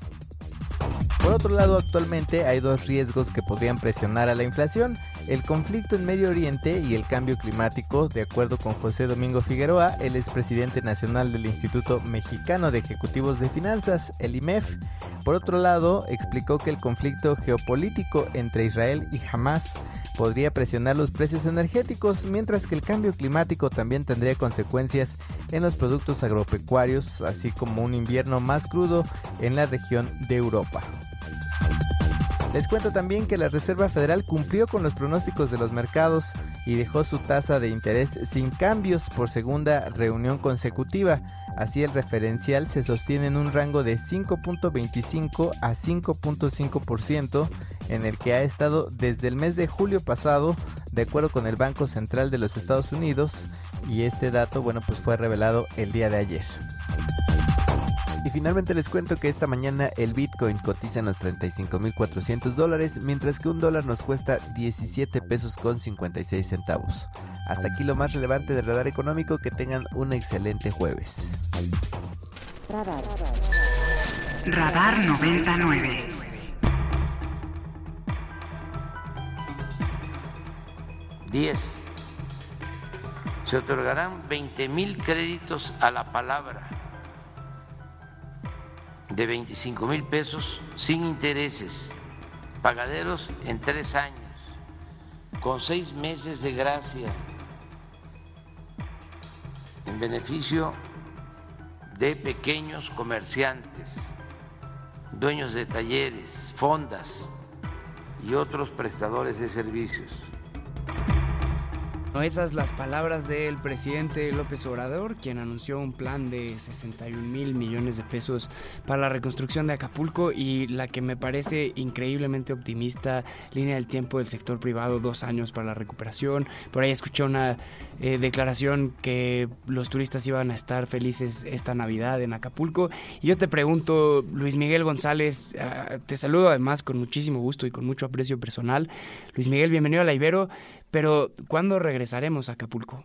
Por otro lado, actualmente hay dos riesgos que podrían presionar a la inflación: el conflicto en Medio Oriente y el cambio climático, de acuerdo con José Domingo Figueroa, el expresidente nacional del Instituto Mexicano de Ejecutivos de Finanzas, el IMEF. Por otro lado, explicó que el conflicto geopolítico entre Israel y Hamas podría presionar los precios energéticos, mientras que el cambio climático también tendría consecuencias en los productos agropecuarios, así como un invierno más crudo en la región de Europa. Les cuento también que la Reserva Federal cumplió con los pronósticos de los mercados y dejó su tasa de interés sin cambios por segunda reunión consecutiva. Así, el referencial se sostiene en un rango de 5.25 a 5.5%, en el que ha estado desde el mes de julio pasado, de acuerdo con el Banco Central de los Estados Unidos, y este dato, fue revelado el día de ayer. Y finalmente les cuento que esta mañana el Bitcoin cotiza en los $35,400, mientras que un dólar nos cuesta 17 pesos con 56 centavos. Hasta aquí lo más relevante del Radar Económico. Que tengan un excelente jueves. Radar 99. Se otorgarán 20,000 créditos a la palabra de 25,000 pesos sin intereses, pagaderos en 3 años, con 6 meses de gracia, en beneficio de pequeños comerciantes, dueños de talleres, fondas y otros prestadores de servicios. Esas las palabras del presidente López Obrador, quien anunció un plan de 61,000 millones de pesos para la reconstrucción de Acapulco, y la que me parece increíblemente optimista, línea del tiempo del sector privado, 2 años para la recuperación. Por ahí escuché una declaración que los turistas iban a estar felices esta Navidad en Acapulco. Y yo te pregunto, Luis Miguel González, te saludo además con muchísimo gusto y con mucho aprecio personal. Luis Miguel, bienvenido a La Ibero. Pero, ¿cuándo regresaremos a Acapulco?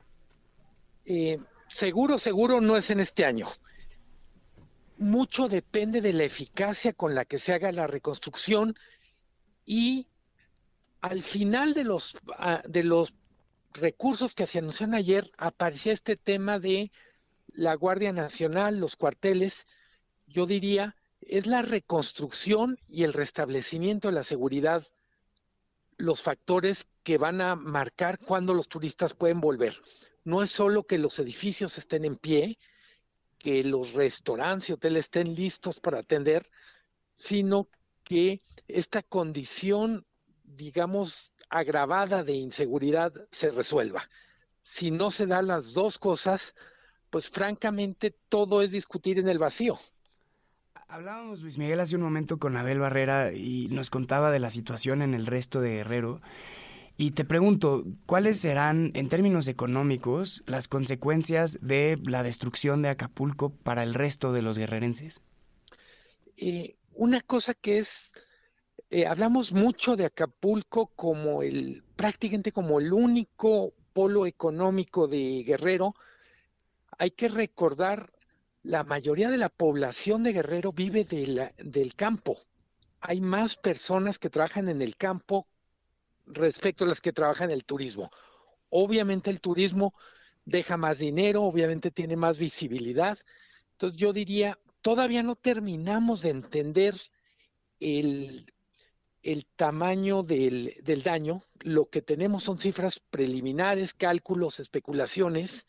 Seguro no es en este año. Mucho depende de la eficacia con la que se haga la reconstrucción, y al final de los recursos que se anunciaron ayer aparecía este tema de la Guardia Nacional, los cuarteles. Yo diría, es la reconstrucción y el restablecimiento de la seguridad los factores que van a marcar cuándo los turistas pueden volver. No es solo que los edificios estén en pie, que los restaurantes y hoteles estén listos para atender, sino que esta condición, digamos, agravada de inseguridad se resuelva. Si no se dan las dos cosas, pues francamente todo es discutir en el vacío. Hablábamos, Luis Miguel, hace un momento con Abel Barrera y nos contaba de la situación en el resto de Guerrero. Y te pregunto, ¿cuáles serán, en términos económicos, las consecuencias de la destrucción de Acapulco para el resto de los guerrerenses? Una cosa que es, hablamos mucho de Acapulco como prácticamente como el único polo económico de Guerrero. Hay que recordar, la mayoría de la población de Guerrero vive del campo. Hay más personas que trabajan en el campo respecto a las que trabajan en el turismo. Obviamente el turismo deja más dinero, obviamente tiene más visibilidad. Entonces yo diría, todavía no terminamos de entender el tamaño del daño. Lo que tenemos son cifras preliminares, cálculos, especulaciones.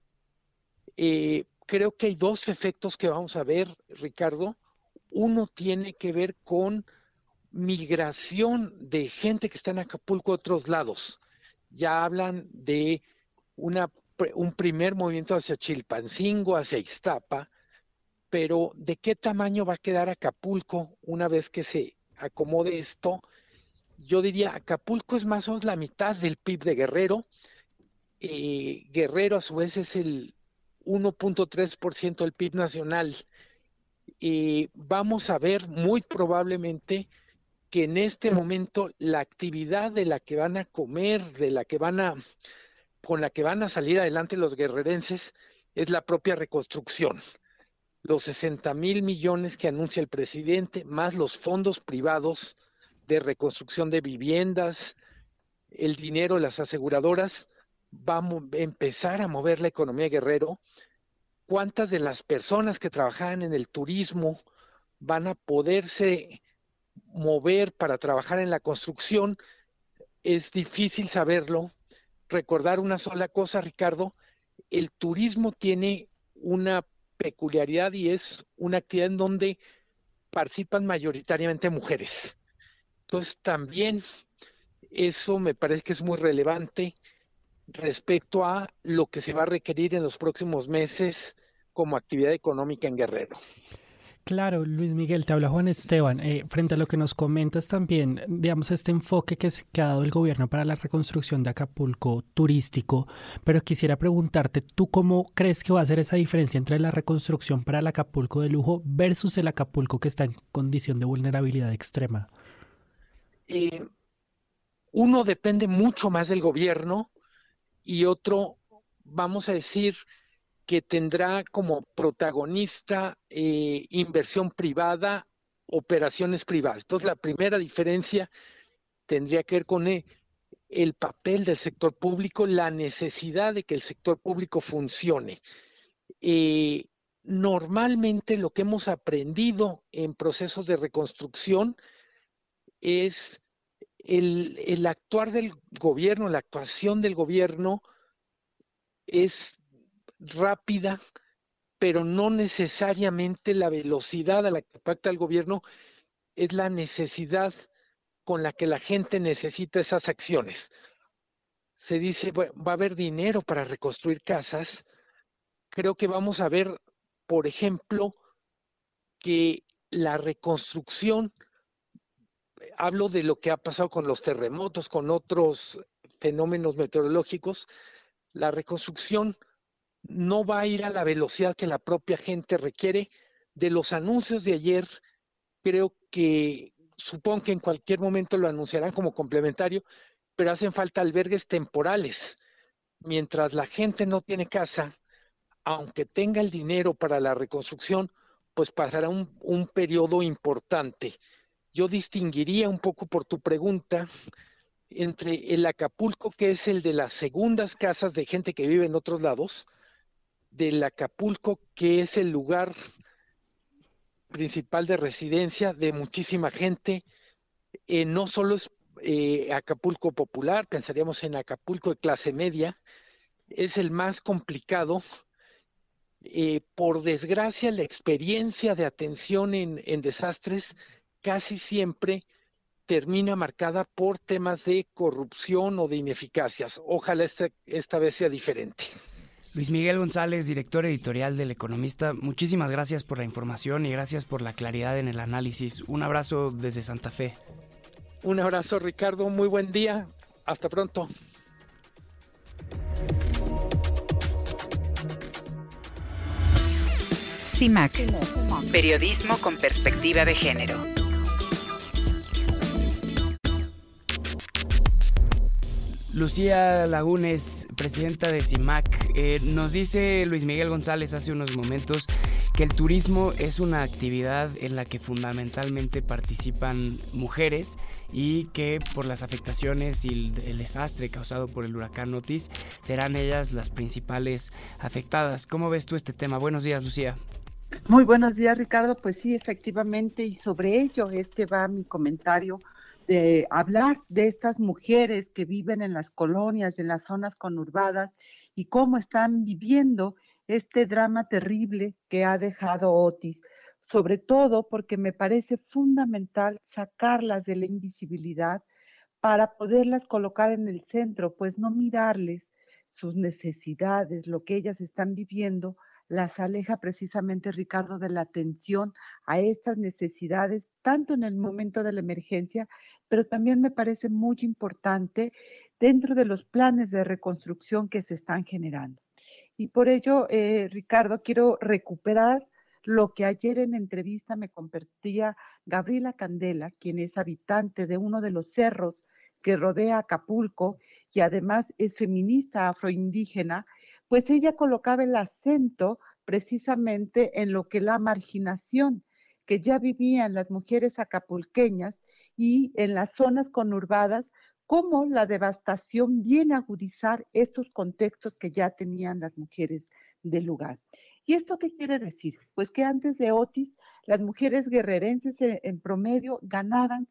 Creo que hay dos efectos que vamos a ver, Ricardo. Uno tiene que ver con migración de gente que está en Acapulco a otros lados. Ya hablan de un primer movimiento hacia Chilpancingo, hacia Ixtapa, pero ¿de qué tamaño va a quedar Acapulco una vez que se acomode esto? Yo diría, Acapulco es más o menos la mitad del PIB de Guerrero. Guerrero a su vez es el 1.3% del PIB nacional. Vamos a ver muy probablemente que en este momento la actividad de la que van a comer, con la que van a salir adelante los guerrerenses, es la propia reconstrucción. Los 60,000 millones que anuncia el presidente, más los fondos privados de reconstrucción de viviendas, el dinero de las aseguradoras, vamos a empezar a mover la economía de Guerrero. ¿Cuántas de las personas que trabajaban en el turismo van a poderse mover para trabajar en la construcción? Es difícil saberlo. Recordar una sola cosa, Ricardo, el turismo tiene una peculiaridad y es una actividad en donde participan mayoritariamente mujeres. Entonces también eso me parece que es muy relevante respecto a lo que se va a requerir en los próximos meses como actividad económica en Guerrero. Claro, Luis Miguel, te habla Juan Esteban. Frente a lo que nos comentas también, digamos, este enfoque que ha dado el gobierno para la reconstrucción de Acapulco turístico, pero quisiera preguntarte, ¿tú cómo crees que va a ser esa diferencia entre la reconstrucción para el Acapulco de lujo versus el Acapulco que está en condición de vulnerabilidad extrema? Uno depende mucho más del gobierno y otro, vamos a decir, que tendrá como protagonista inversión privada, operaciones privadas. Entonces, la primera diferencia tendría que ver con el papel del sector público, la necesidad de que el sector público funcione. Normalmente lo que hemos aprendido en procesos de reconstrucción es el actuar del gobierno, la actuación del gobierno es rápida, pero no necesariamente la velocidad a la que impacta el gobierno es la necesidad con la que la gente necesita esas acciones. Se dice, bueno, va a haber dinero para reconstruir casas. Creo que vamos a ver, por ejemplo, que la reconstrucción, hablo de lo que ha pasado con los terremotos, con otros fenómenos meteorológicos, la reconstrucción no va a ir a la velocidad que la propia gente requiere. De los anuncios de ayer, creo que, supongo que en cualquier momento lo anunciarán como complementario, pero hacen falta albergues temporales. Mientras la gente no tiene casa, aunque tenga el dinero para la reconstrucción, pues pasará un periodo importante. Yo distinguiría un poco por tu pregunta entre el Acapulco, que es el de las segundas casas de gente que vive en otros lados, del Acapulco, que es el lugar principal de residencia de muchísima gente. No solo es Acapulco popular, pensaríamos en Acapulco de clase media, es el más complicado. Por desgracia, la experiencia de atención en desastres casi siempre termina marcada por temas de corrupción o de ineficacias. Ojalá esta vez sea diferente. Luis Miguel González, director editorial del Economista, muchísimas gracias por la información y gracias por la claridad en el análisis. Un abrazo desde Santa Fe. Un abrazo, Ricardo. Muy buen día. Hasta pronto. CIMAC, periodismo con perspectiva de género. Lucía Lagunes, presidenta de CIMAC, nos dice Luis Miguel González hace unos momentos que el turismo es una actividad en la que fundamentalmente participan mujeres y que por las afectaciones y el desastre causado por el huracán Otis serán ellas las principales afectadas. ¿Cómo ves tú este tema? Buenos días, Lucía. Muy buenos días, Ricardo. Pues sí, efectivamente, y sobre ello va mi comentario, de hablar de estas mujeres que viven en las colonias, en las zonas conurbadas y cómo están viviendo este drama terrible que ha dejado Otis, sobre todo porque me parece fundamental sacarlas de la invisibilidad para poderlas colocar en el centro, pues no mirarles sus necesidades, lo que ellas están viviendo, las aleja precisamente, Ricardo, de la atención a estas necesidades, tanto en el momento de la emergencia, pero también me parece muy importante dentro de los planes de reconstrucción que se están generando. Y por ello, Ricardo, quiero recuperar lo que ayer en entrevista me compartía Gabriela Candela, quien es habitante de uno de los cerros que rodea Acapulco y además es feminista afroindígena, pues ella colocaba el acento precisamente en lo que la marginación que ya vivían las mujeres acapulqueñas y en las zonas conurbadas, cómo la devastación viene a agudizar estos contextos que ya tenían las mujeres del lugar. ¿Y esto qué quiere decir? Pues que antes de Otis, las mujeres guerrerenses en promedio ganaban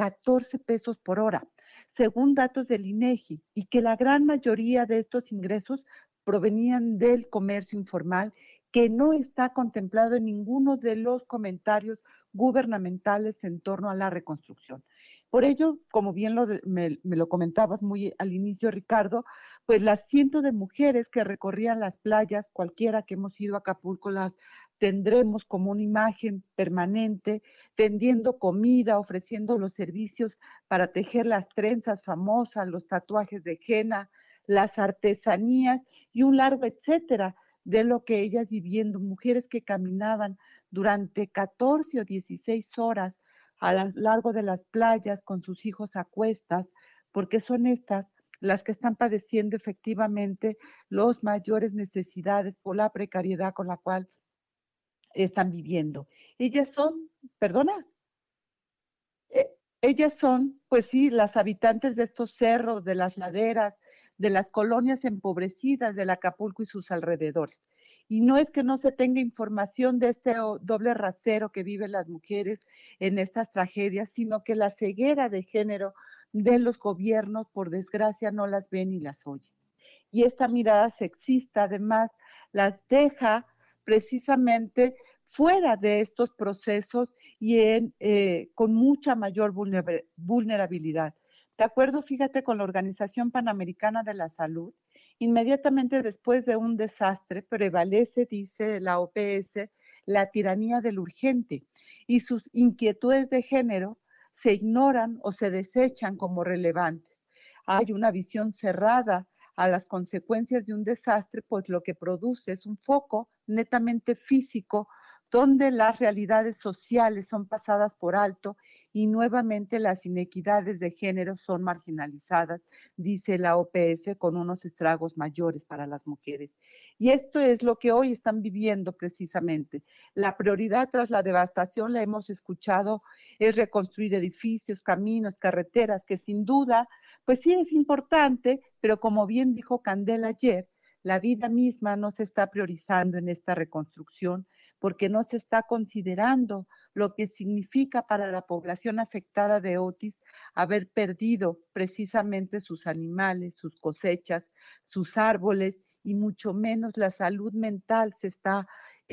14 pesos por hora, según datos del INEGI, y que la gran mayoría de estos ingresos provenían del comercio informal, que no está contemplado en ninguno de los comentarios gubernamentales en torno a la reconstrucción. Por ello, como bien me lo comentabas muy al inicio, Ricardo, pues las cientos de mujeres que recorrían las playas, cualquiera que hemos ido a Acapulco, las tendremos como una imagen permanente, vendiendo comida, ofreciendo los servicios para tejer las trenzas famosas, los tatuajes de henna, las artesanías y un largo etcétera de lo que ellas viviendo, mujeres que caminaban durante 14 o 16 horas a lo largo de las playas con sus hijos a cuestas, porque son estas las que están padeciendo efectivamente las mayores necesidades por la precariedad con la cual están viviendo. Ellas son, ellas son, pues sí, las habitantes de estos cerros, de las laderas, de las colonias empobrecidas del Acapulco y sus alrededores. Y no es que no se tenga información de este doble rasero que viven las mujeres en estas tragedias, sino que la ceguera de género de los gobiernos, por desgracia, no las ven ni las oyen. Y esta mirada sexista, además, las deja precisamente fuera de estos procesos y con mucha mayor vulnerabilidad. De acuerdo, fíjate, con la Organización Panamericana de la Salud, inmediatamente después de un desastre prevalece, dice la OPS, la tiranía del urgente y sus inquietudes de género se ignoran o se desechan como relevantes. Hay una visión cerrada a las consecuencias de un desastre, pues lo que produce es un foco netamente físico donde las realidades sociales son pasadas por alto y nuevamente las inequidades de género son marginalizadas, dice la OPS, con unos estragos mayores para las mujeres. Y esto es lo que hoy están viviendo precisamente. La prioridad tras la devastación, la hemos escuchado, es reconstruir edificios, caminos, carreteras, que sin duda, pues sí es importante, pero como bien dijo Candela ayer, la vida misma no se está priorizando en esta reconstrucción porque no se está considerando lo que significa para la población afectada de Otis haber perdido precisamente sus animales, sus cosechas, sus árboles y mucho menos la salud mental se está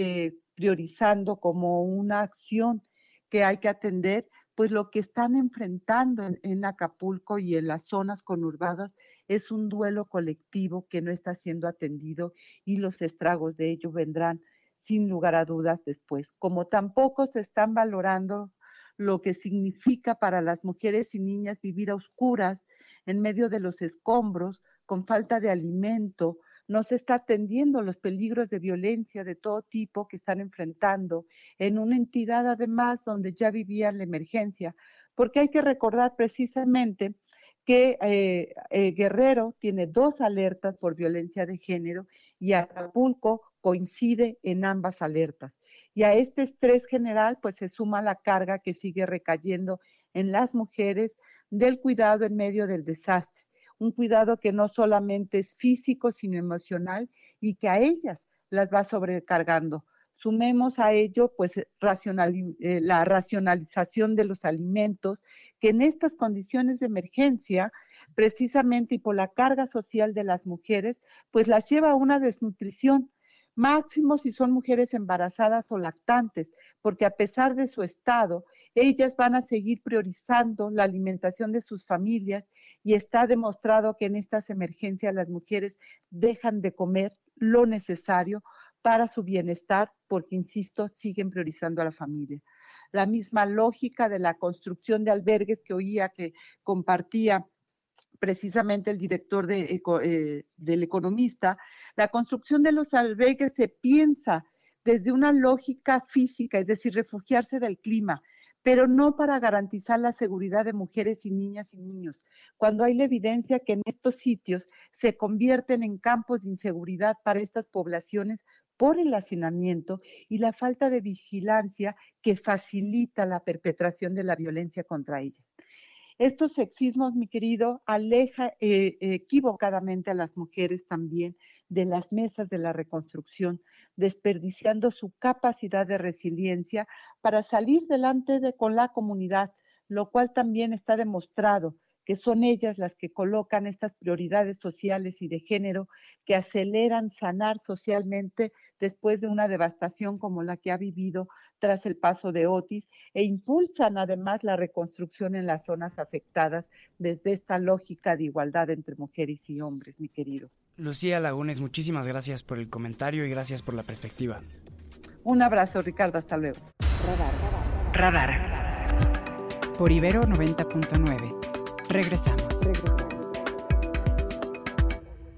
priorizando como una acción que hay que atender, pues lo que están enfrentando en Acapulco y en las zonas conurbadas es un duelo colectivo que no está siendo atendido y los estragos de ello vendrán sin lugar a dudas después. Como tampoco se están valorando lo que significa para las mujeres y niñas vivir a oscuras en medio de los escombros, con falta de alimento, no se está atendiendo los peligros de violencia de todo tipo que están enfrentando en una entidad además donde ya vivían la emergencia, porque hay que recordar precisamente que Guerrero tiene 2 alertas por violencia de género y Acapulco coincide en ambas alertas. Y a este estrés general pues se suma la carga que sigue recayendo en las mujeres del cuidado en medio del desastre. Un cuidado que no solamente es físico, sino emocional y que a ellas las va sobrecargando. Sumemos a ello pues la racionalización de los alimentos, que en estas condiciones de emergencia, precisamente y por la carga social de las mujeres, pues las lleva a una desnutrición, máximo si son mujeres embarazadas o lactantes, porque a pesar de su estado, ellas van a seguir priorizando la alimentación de sus familias y está demostrado que en estas emergencias las mujeres dejan de comer lo necesario para su bienestar, porque, insisto, siguen priorizando a la familia. La misma lógica de la construcción de albergues que oía que compartía precisamente el director del Economista, la construcción de los albergues se piensa desde una lógica física, es decir, refugiarse del clima, pero no para garantizar la seguridad de mujeres y niñas y niños, cuando hay la evidencia que en estos sitios se convierten en campos de inseguridad para estas poblaciones por el hacinamiento y la falta de vigilancia que facilita la perpetración de la violencia contra ellas. Estos sexismos, mi querido, aleja equivocadamente a las mujeres también de las mesas de la reconstrucción, desperdiciando su capacidad de resiliencia para salir delante con la comunidad, lo cual también está demostrado que son ellas las que colocan estas prioridades sociales y de género que aceleran sanar socialmente después de una devastación como la que ha vivido tras el paso de Otis e impulsan además la reconstrucción en las zonas afectadas desde esta lógica de igualdad entre mujeres y hombres, mi querido. Lucía Lagunes, muchísimas gracias por el comentario y gracias por la perspectiva. Un abrazo, Ricardo, hasta luego. Radar. Por Ibero 90.9. Regresamos.